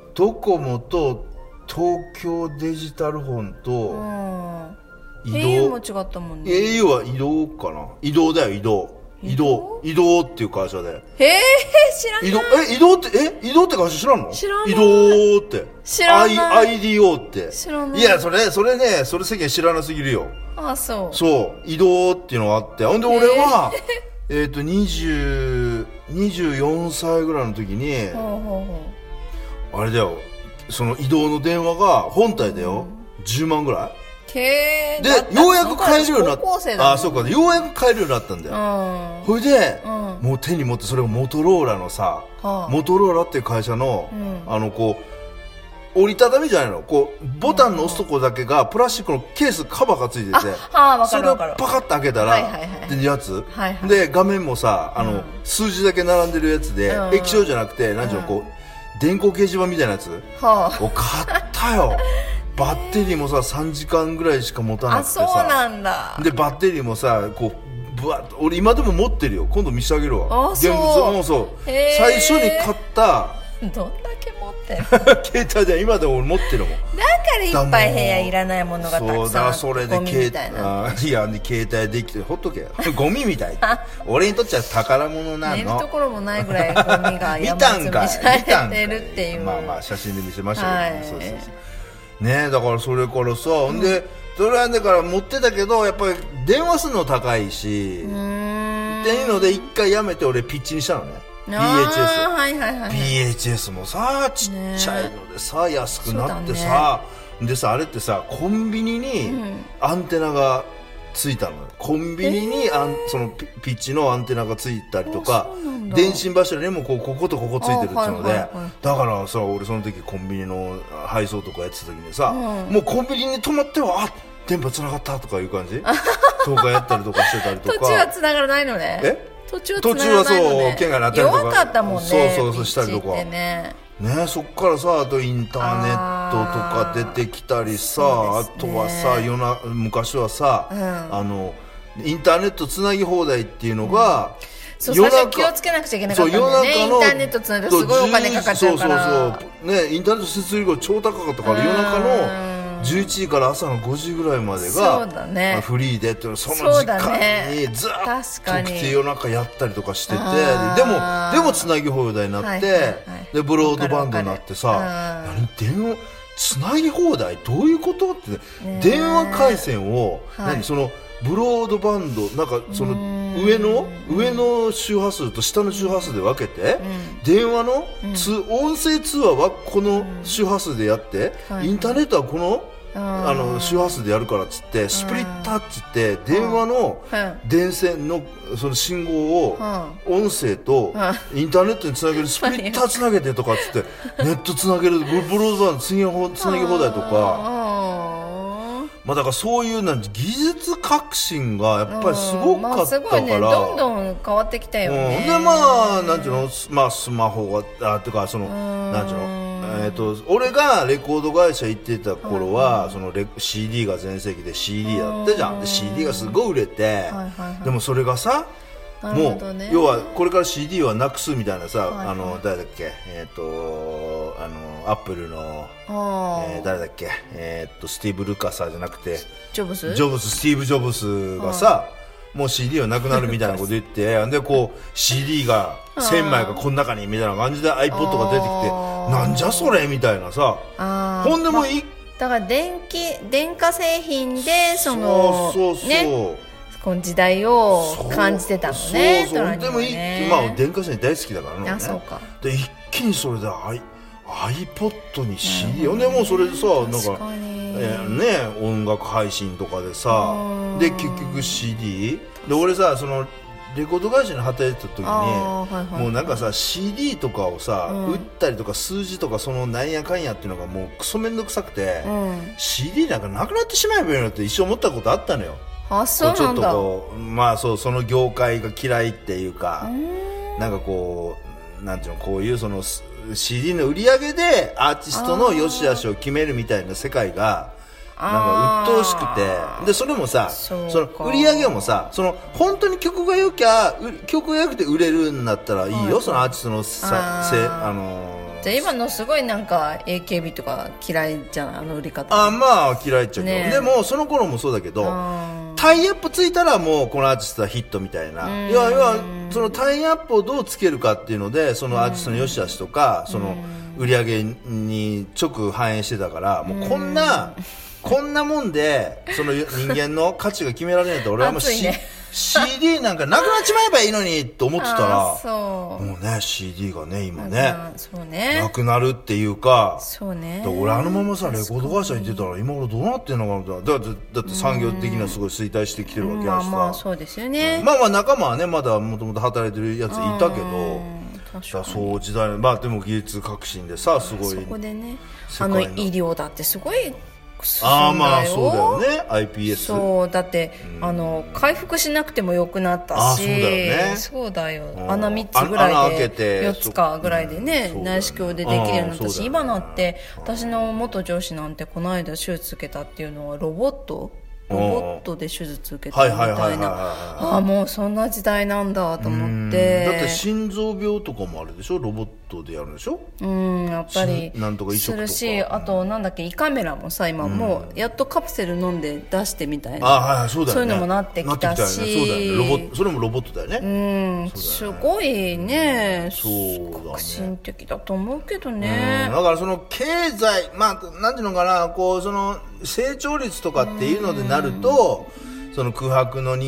東京デジタルフォンと au も違ったもんね。 au は移動かな、移動だよ、移動っていう会社で。 知らない。 移動って会社知らんの？ 知らない。 移動って知らない。 IDO って知らない。いやそれ世間知らなすぎるよ。そう移動っていうのがあって、ほんで俺は24歳ぐらいの時にあれだよ、その移動の電話が本体だよ、10万ぐらいで、ようやく買えるようになった。そうか、ようやく買えるようになったんだよ。それで、もう手に持って、それがモトローラのさ、モトローラっていう会社の、こう、折りたたみじゃないの、こう、ボタンの押すとこだけが、プラスチックのケース、カバーがついてて、それをパカッと開けたら、ってやつ。で、画面もさ、数字だけ並んでるやつで、液晶じゃなくて、なんていうの、こう、電光掲示板みたいなやつを買ったよ。バッテリーもさ3時間ぐらいしか持たなくてさ。 そうなんだ。 でバッテリーもさこうブワッと、俺今でも持ってるよ、今度見せてあげるわ。 そう最初に買ったどんだけ持ってる携帯で今でも俺持ってるもん。 だからいっぱい部屋いらないものがたくさんあって、 そうだ、それでゴミみたいな。いや携帯できてほっとけゴミみたい俺にとっちゃ宝物なの。 寝るところもないぐらいゴミが山積みされてるっていう。 まあ写真で見せましたけど、そうね。だからそれからさ、でそれはだから持ってたけどやっぱり電話するの高いしっていうので一回やめて俺ピッチにしたのね。PHS もさちっちゃいのでさ安くなってさ、でさあれってさコンビニにアンテナがついたのよ。コンビニにそのピッチのアンテナがついたりとか、電信柱にもこことここついてるっていうので、だからさ俺その時コンビニの配送とかやってた時にさ、もうコンビニに止まっては電波つながったとかいう感じとかやったりとかしてたりとか。 途中はつながらないのね。途中はそう剣が鳴ったりとか弱かったもんね。 そうしたりとかね。そっからさ、あとインターネットとか出てきたりさ、あとはさ昔はさ、インターネットつなぎ放題っていうのが、 最初気をつけなくちゃいけなかったもんね。インターネットつなぐとすごいお金かかっちゃうから。 インターネット設備が超高かったから、夜中の 11時から朝の5時ぐらいまでそうが、 だね、 フリーでってその時間にずっと起きて夜中やったりとかしてて、でもつなぎ放題になって、でブロードバンドになってさ、電話つなぎ放題どういうことって、電話回線を、そのブロードバンドなんかその上の周波数と下の周波数で分けて、電話の音声通話はこの周波数でやって、インターネットはこの周波数でやるからっつって、スプリッターっつって電話の電線のその信号を音声とインターネットにつなげるスプリッターつなげてとかっつってネットつなげるブロードバンドつなぎ放題とか。まあだからそういう技術革新がやっぱりすごかったから、 ね、どんどん変わってきたよね。 でなんていうの、スマホがっていうかそのなんていうの、俺がレコード会社行ってた頃は、そのCD が全盛期で CD やったじゃん。で CD がすごい売れて、でもそれがさ、もう要はこれから CD はなくすみたいなさ、誰だっけ、アップルの誰だっけ、スティーブ・ルカサーじゃなくてスティーブ・ジョブズがさ、もう CD はなくなるみたいなこと言ってでこう CD が1000枚がこの中にみたいな感じで iPod が出てきて、なんじゃそれみたいなさ、ほんでもだから電化製品でそのね、この時代を感じてたのね。 でも電化製品大好きだからね。で一気にそれでiPod に CD よね、もうそれでさ、なんか音楽配信とかでさ、で結局 CD で、俺さそのレコード会社に働いてた時に、もうなんかさ CD とかをさ、売ったりとか数字とかそのなんやかんやっていうのがもうクソめんどくさくて、CD なんかなくなってしまえばいいのって一生思ったことあったのよ。 そうなんだ。 ちょっとこうその業界が嫌いっていうか、なんかこうなんていうの、こういうそのCD の売り上げでアーティストの良し悪しを決めるみたいな世界がなんか鬱陶しくて、でそれもさ、その売り上げもさ、その本当に曲が良くて売れるんだったらいいよ、そのアーティストのじゃあ今のすごいなんか AKB とか嫌いじゃない、売り方。 まあ嫌いっちゃうけど、でもその頃もそうだけど、タイアップついたらもうこのアーティストはヒットみたいな、要はそのタイアップをどうつけるかっていうので、そのアーティストの良し悪しとか、その売り上げに直反映してたから、もうこんなもんでその人間の価値が決められないと俺はもうCD なんかなくなっちまえばいいのにと思ってたら、もうね CD がね今ねなくなるっていうか、俺あのままさレコード会社に行ってたら今頃どうなってんのかな。だって産業的にはすごい衰退してきてるわけやしさ、 そうですよね。 仲間はねまだもともと働いてるやついたけど、そう時代でも技術革新でさ、すごいそこでね、医療だってすごいそうだよね、 iPS。 そうだって、回復しなくてもよくなったし、そうだよ、穴3つぐらいで4つかぐらいでね、内視鏡でできるようになったし、今なって私の元上司なんてこの間手術受けたっていうのはロボットで手術受けたみたいな、もうそんな時代なんだと思って。 だって心臓病とかもあるでしょ、ロボットでやるでしょ。 やっぱりなんとか移植とかするし、あとなんだっけ、胃カメラもさ今もうやっとカプセル飲んで出してみたいな、そういうのもなってきたし、 それもロボットだよね。 すごいね、革新的だと思うけどね。 だからその経済、なんていうのかな、こうその成長率とかっていうのでなると、その空白の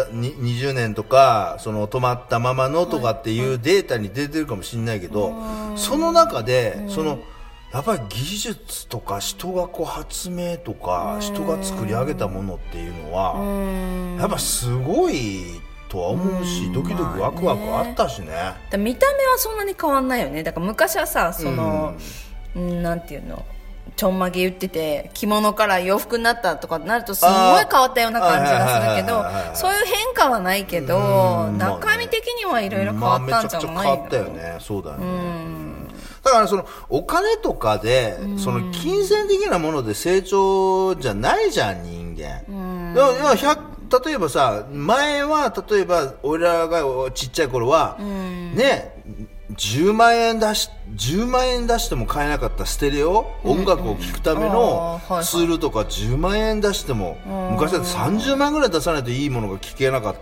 20年とか、その止まったままのとかっていうデータに出てるかもしれないけど、その中でそのやっぱり技術とか人がこう発明とか人が作り上げたものっていうのはやっぱすごいとは思うし、ドキドキワクワクあったしね。 見た目はそんなに変わんないよね。だから昔はさ、そのなんていうの、ちょんまげ言ってて着物から洋服になったとかなるとすごい変わったような感じがするけど、そういう変化はないけど、中身的にはいろいろ変わったんじゃないの。 めちゃくちゃ変わったよね。そうだよね。だからそのお金とかで、その金銭的なもので成長じゃないじゃん、人間。例えばさ、前は例えば俺らがちっちゃい頃は、ね、10万円出 10万円出しても買えなかったステレオ、音楽を聴くためのツールとか10万円出しても、昔だって30万ぐらい出さないといいものが聴けなかった、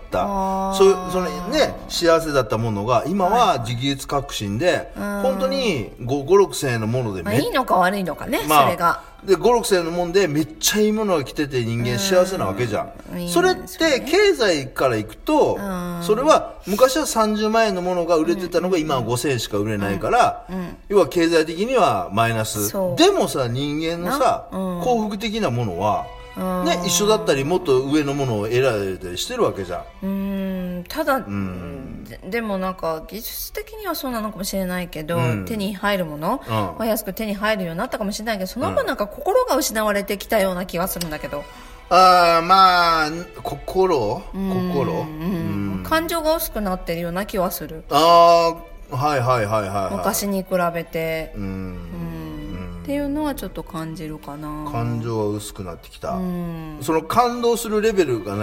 そのね、幸せだったものが今は自技術革新で本当に5、6千円のものでいいのか悪いのかね、それがで5、6千円のもんでめっちゃいいものが来てて人間幸せなわけじゃん。それって経済からいくと、それは昔は30万円のものが売れてたのが今は5千円しか売れないから、要は経済的にはマイナス。でもさ、人間のさ、幸福的なものはね、一緒だったりもっと上のものを選んだりしてるわけじゃん。 ただ、でもなんか技術的にはそうなのかもしれないけど、手に入るものは安く手に入るようになったかもしれないけど、その分なんか心が失われてきたような気がするんだけど。 まあ心、 感情が薄くなってるような気はする。昔に比べてっていうのはちょっと感じるかな。 感情が薄くなってきた。その感動するレベルが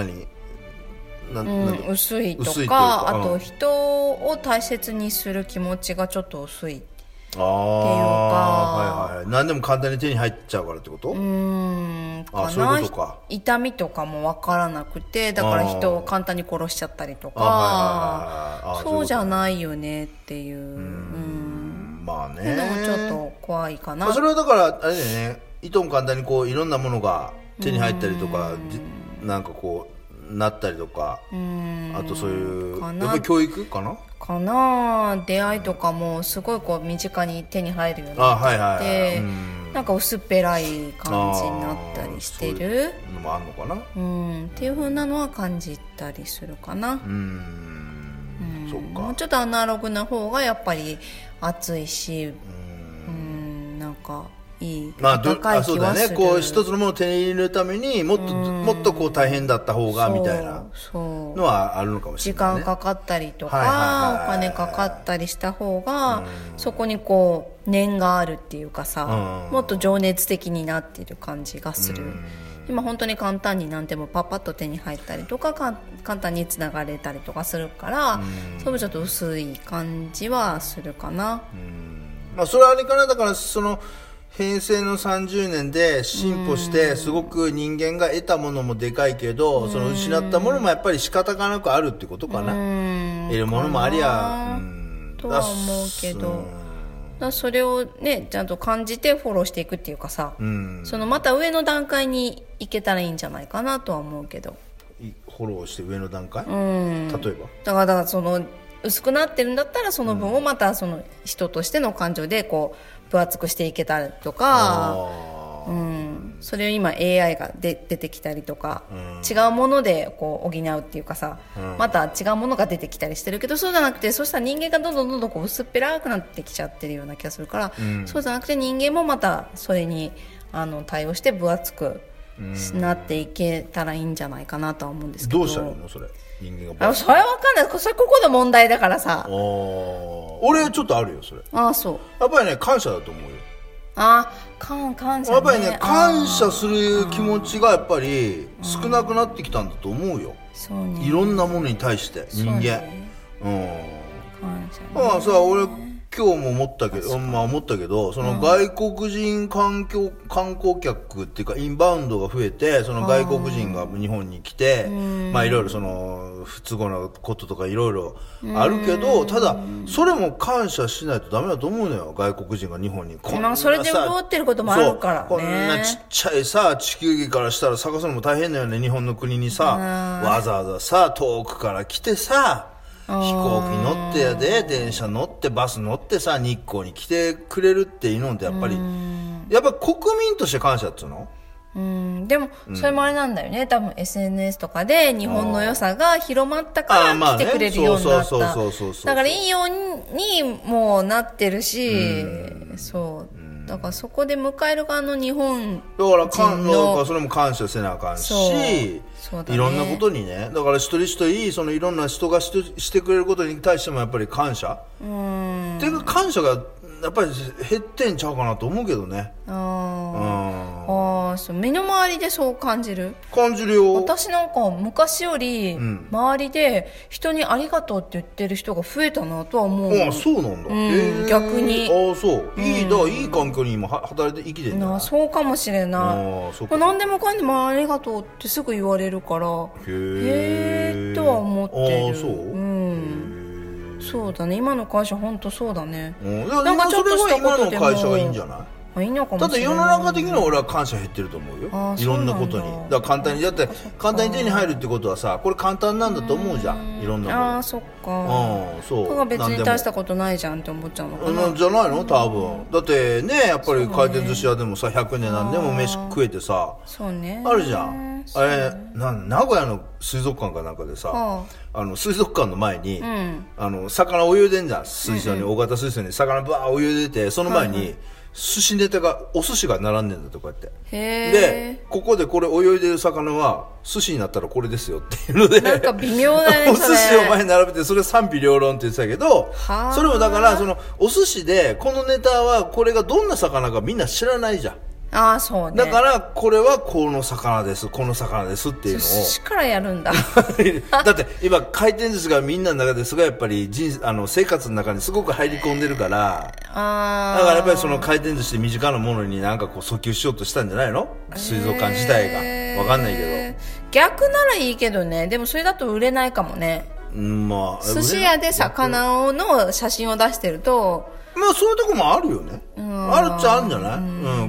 薄いとか、あと人を大切にする気持ちがちょっと薄いっていうか、 何でも簡単に手に入っちゃうからってこと？そういうことか。 痛みとかも分からなくて、だから人を簡単に殺しちゃったりとか、そうじゃないよねっていう。 まあね。 でもちょっと怖いかな。 それはだからあれだよね。いとも簡単にこういろんなものが手に入ったりとか、なんかこうなったりとか、あとそういうやっぱり教育かな。 出会いとかもすごいこう身近に手に入るようになって、なんか薄っぺらい感じになったりしてるのもあんのかな。 っていう風なのは感じたりするかな。 そっか。 もうちょっとアナログな方がやっぱり熱いし、なんかいい、高い気はする。 こう一つのものを手に入れるためにもっとこう大変だった方がみたいなのはあるのかもしれないね。 時間かかったりとか、お金かかったりした方が、そこにこう念があるっていうかさ、もっと情熱的になっている感じがする。今本当に簡単に何でもパッパッと手に入ったりとか、簡単につながれたりとかするから、それもちょっと薄い感じはするかな。 それはあれかな。だからその平成の30年で進歩してすごく人間が得たものもでかいけど、その失ったものもやっぱり仕方がなくあるってことかな。得るものもありゃとは思うけど、それをねちゃんと感じてフォローしていくっていうかさ、そのまた上の段階に行けたらいいんじゃないかなとは思うけど。 フォローして上の段階、例えばだからその薄くなってるんだったらその分をまたその人としての感情でこう分厚くしていけたりとか、それを今 AI が出てきたりとか、違うものでこう補うっていうかさ、また違うものが出てきたりしてるけど、そうじゃなくて、そうしたら人間がどんどんこう薄っぺらくなってきちゃってるような気がするから、そうじゃなくて人間もまたそれに対応して分厚くなっていけたらいいんじゃないかなとは思うんですけど。 どうしたらいいのそれ、人間が。 それは分かんない。それここの問題だからさ。 俺ちょっとあるよそれ。 そう。 やっぱりね、感謝だと思うよ。 感謝ね。 やっぱりね、感謝する気持ちがやっぱり少なくなってきたんだと思うよ。 そうね。 いろんなものに対して人間。 感謝ね。 さあ俺今日も思ったけど、その外国人観光客っていうかインバウンドが増えて、その外国人が日本に来て、いろいろその不都合なこととかいろいろあるけど、ただそれも感謝しないとダメだと思うのよ。外国人が日本にこんなさ、 それで潤ってることもあるからね。 こんなちっちゃいさ地球儀からしたら探すのも大変だよね。日本の国にさ、わざわざさ遠くから来てさ、飛行機乗ってやで、電車乗ってバス乗ってさ、日光に来てくれるっていうのってやっぱり国民として感謝っつうの。 でもそれもあれなんだよね、多分 SNS とかで日本の良さが広まったから来てくれるようになった。だからいいようにもうなってるし、だからそこで迎える側の日本人の、 だからそれも感謝せなあかんし、いろんなことにね、だから一人一人そのいろんな人がしてくれることに対してもやっぱり感謝っていうか、感謝がやっぱり減ってんちゃうかなと思うけどね。 ああ、そう、身の回りでそう感じる？ 感じるよ。 私なんか昔より周りで人にありがとうって言ってる人が増えたなとは思う。 ああ、そうなんだ。 逆に。 ああ、そう。いい環境に今働いて生きてるんだな。 そうかもしれない。何でもかんでもありがとうってすぐ言われるから、へえとは思ってる。ああ、そう。そうだね。今の会社本当そうだね。 なんかちょっとしたことでも今の会社がいいんじゃない？ いいのかもしれない。 だって世の中的には俺は感謝減ってると思うよ。いろんなことに。だから簡単に手に入るってことはさ、これ簡単なんだと思うじゃん。いろんなこと。 ああ、そっか。そう。だから別に大したことないじゃんって思っちゃうのかな。 じゃないの？多分。だってね、やっぱり回転寿司屋でもさ、100年なんでも飯食えてさ、 そうね。 あるじゃん。あれ、名古屋の水族館かなんかでさ、水族館の前に、魚泳いでんじゃん。水槽に、大型水槽に魚バー泳いでて、その前に、寿司ネタが、お寿司が並んでんだとかって。で、ここでこれ泳いでる魚は、寿司になったらこれですよっていうので。 なんか微妙だね、 お寿司を前に並べて、それ賛否両論って言ってたけど、それもだから、お寿司で、このネタは、これがどんな魚かみんな知らないじゃん。 ああ、そうね。 だから、これはこの魚です、この魚ですっていうのを。寿司からやるんだ。 だって、今、回転寿司がみんなの中ですごいやっぱり生活の中にすごく入り込んでるから、だからやっぱりその回転寿司で身近なものになんかこう訴求しようとしたんじゃないの？水族館自体が。わかんないけど。 逆ならいいけどね。でもそれだと売れないかもね。 まあ、 寿司屋で魚の写真を出してると、 まあそういうとこもあるよね。あるっちゃあるんじゃない？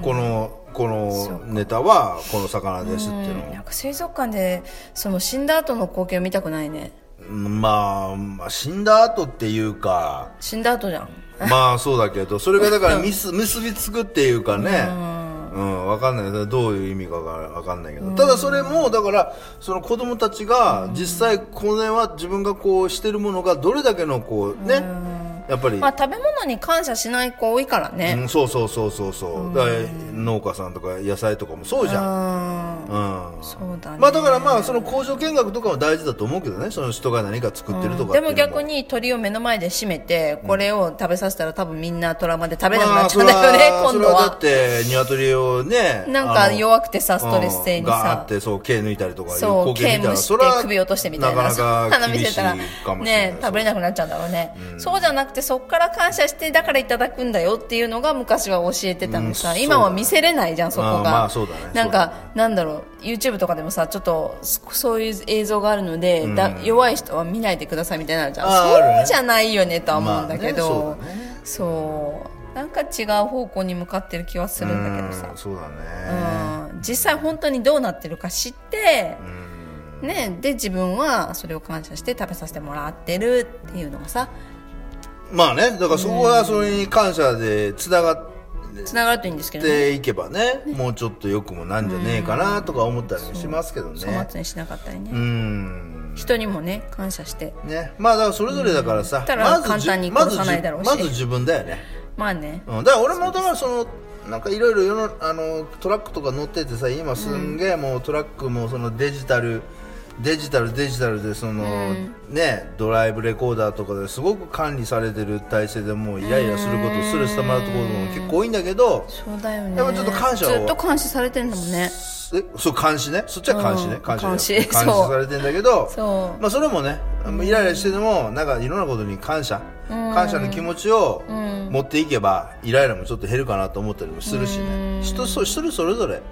このネタはこの魚ですっていうの。 なんか水族館でその死んだ後の光景を見たくないね。 まあ死んだ後っていうか。 死んだ後じゃん。 まあそうだけど、それがだから結びつくっていうかね。わかんない。どういう意味かわかんないけど。ただそれも、だから、その子供たちが、実際これは自分がこうしてるものがどれだけのこうね、やっぱり。 まあ食べ物に感謝しない子多いからね。 そう。だから農家さんとか野菜とかもそうじゃん。 そうだね。 まあだからまあその工場見学とかは大事だと思うけどね、その人が何か作ってるとか。 でも逆に鳥を目の前で締めて、これを食べさせたら多分みんなトラウマで食べなくなっちゃうんだよね、今度は。 それはだって鶏をね、 なんか弱くてさ、ストレス性にさ。 ガーってそう、毛抜いたりとか。 そう、毛むして首落としてみたいな。 なかなか厳しいかもしれない。 ね、食べれなくなっちゃうんだろうね。そうじゃなくて、そっから感謝してだからいただくんだよっていうのが昔は教えてたのさ、今は見せれないじゃん、そこが。 まあそうだね。 なんか、なんだろう、YouTube とかでもさ、ちょっとそういう映像があるので、弱い人は見ないでくださいみたいなのじゃん。そうじゃないよねとは思うんだけど、そうなんか違う方向に向かってる気はするんだけどさ。 そうだね。 実際本当にどうなってるか知って、ね、で自分はそれを感謝して食べさせてもらってるっていうのがさ。 まあね、だからそこはそれに感謝でつながるといいんですけどね。 っていけばね、もうちょっと良くもなんじゃねえかなとか思ったりしますけどね。 粗末にしなかったりね。人にもね、感謝して。 ね、まあだからそれぞれだからさ、 簡単に殺さないだろうし。 まず自分だよね。 まあね。 だから俺もだからその、なんかいろいろトラックとか乗っててさ、今すんげえもうトラックもそのデジタルでその、ね、ドライブレコーダーとかですごく管理されてる体制でもうイライラすることストレス溜まるところも結構多いんだけど、 そうだよね。 やっぱちょっと感謝をずっと監視されてるんだもんね。 そう監視ね、そっちは監視ね、監視されてるんだけど、まあそれもね、イライラしてでもなんかいろんなことに感謝の気持ちを持っていけばイライラもちょっと減るかなと思ったりもするしね。人それぞれ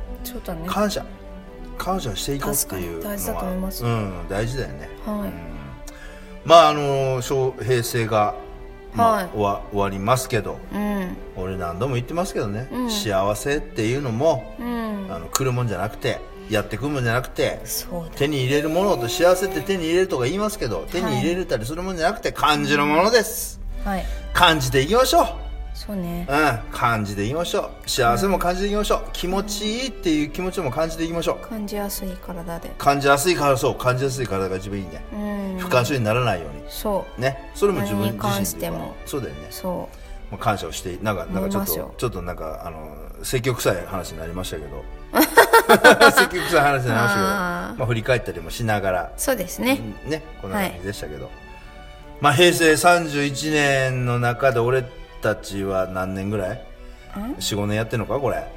感謝していこうっていうのは大事だと思います。 大事だよね。まあ平成が終わりますけど、俺何度も言ってますけどね、幸せっていうのも来るもんじゃなくて、やってくるもんじゃなくて、手に入れるものと幸せって手に入れるとか言いますけど、手に入れたりするもんじゃなくて感じるものです。感じていきましょう。 そうね。 感じていきましょう。幸せも感じていきましょう。気持ちいいっていう気持ちも感じていきましょう。 感じやすい体で。 感じやすい体が一番いいね。不感症にならないように。 そうね。それも自分自身に関してもそうだよね。 そう。 感謝をしてなんかちょっとなんか積極臭い話になりましたけど。積極臭い話になりましたけど、まあ振り返ったりもしながら。 そうですね。 ね、こんな感じでしたけど。まあ平成31年の中で俺たちは何年ぐらい ?4、5年やってんのかこれ。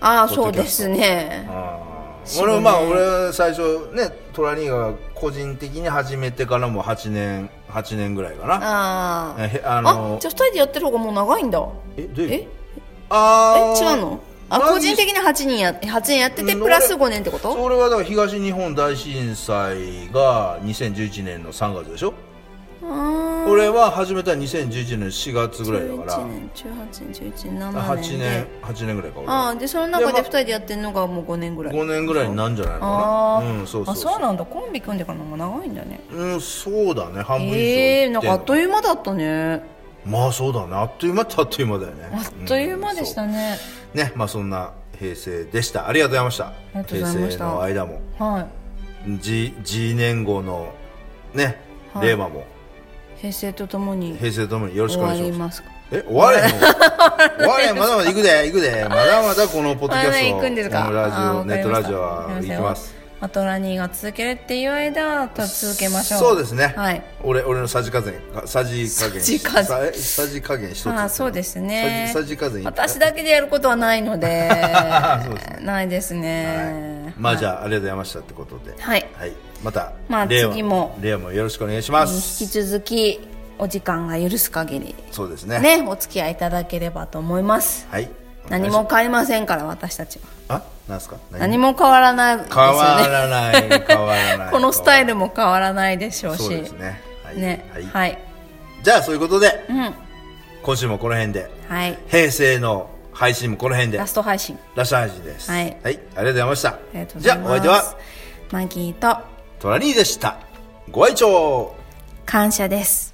ああ、そうですね。 俺最初ね、トラ兄が個人的に始めてからも8年ぐらいかな。 じゃあ2人でやってる方がもう長いんだ。 どういう？ 違うの？個人的に8年やっててプラス5年ってこと？ それはだから東日本大震災が2011年の3月でしょ。俺は始めた2011年4月ぐらいだから 11年18年11年7年で 8年ぐらいか。 でその中で2人でやってるのがもう5年ぐらい。 5年ぐらいになんじゃないのかな。 そうなんだ。コンビ組んでからの方が長いんだね。 そうだね。半分以上いってんの。 なんかあっという間だったね。 まあそうだね。あっという間ってあっという間だよね。 あっという間でしたね。 そんな平成でした。ありがとうございました。 ありがとうございました。 平成の間も、G 年後のね、令和も平成とともによろしくお願いします。終われへんまだまだ行くでまだまだこのポッドキャスト、 行くんですか？ ネットラジオは行きます。 トラニーが続けるっていう間は続けましょう。 そうですね。 はい。 俺のさじ加減一つ。 そうですね。 さじ加減。 私だけでやることはないのでないですね。 じゃあありがとうございましたってことで。 はい。 また次もよろしくお願いします。 引き続きお時間が許す限りそうですね。 お付き合いいただければと思います。 はい。 何も変わりませんから私たちは。 なんすか？ 何も変わらないですよね。 変わらない。 このスタイルも変わらないでしょうし。 そうですね。 はい。 じゃあそういうことで、今週もこの辺で、平成の配信もこの辺でラスト配信です。はい。ありがとうございました。じゃあお相手はマギーとトラニーでした。ご愛聴感謝です。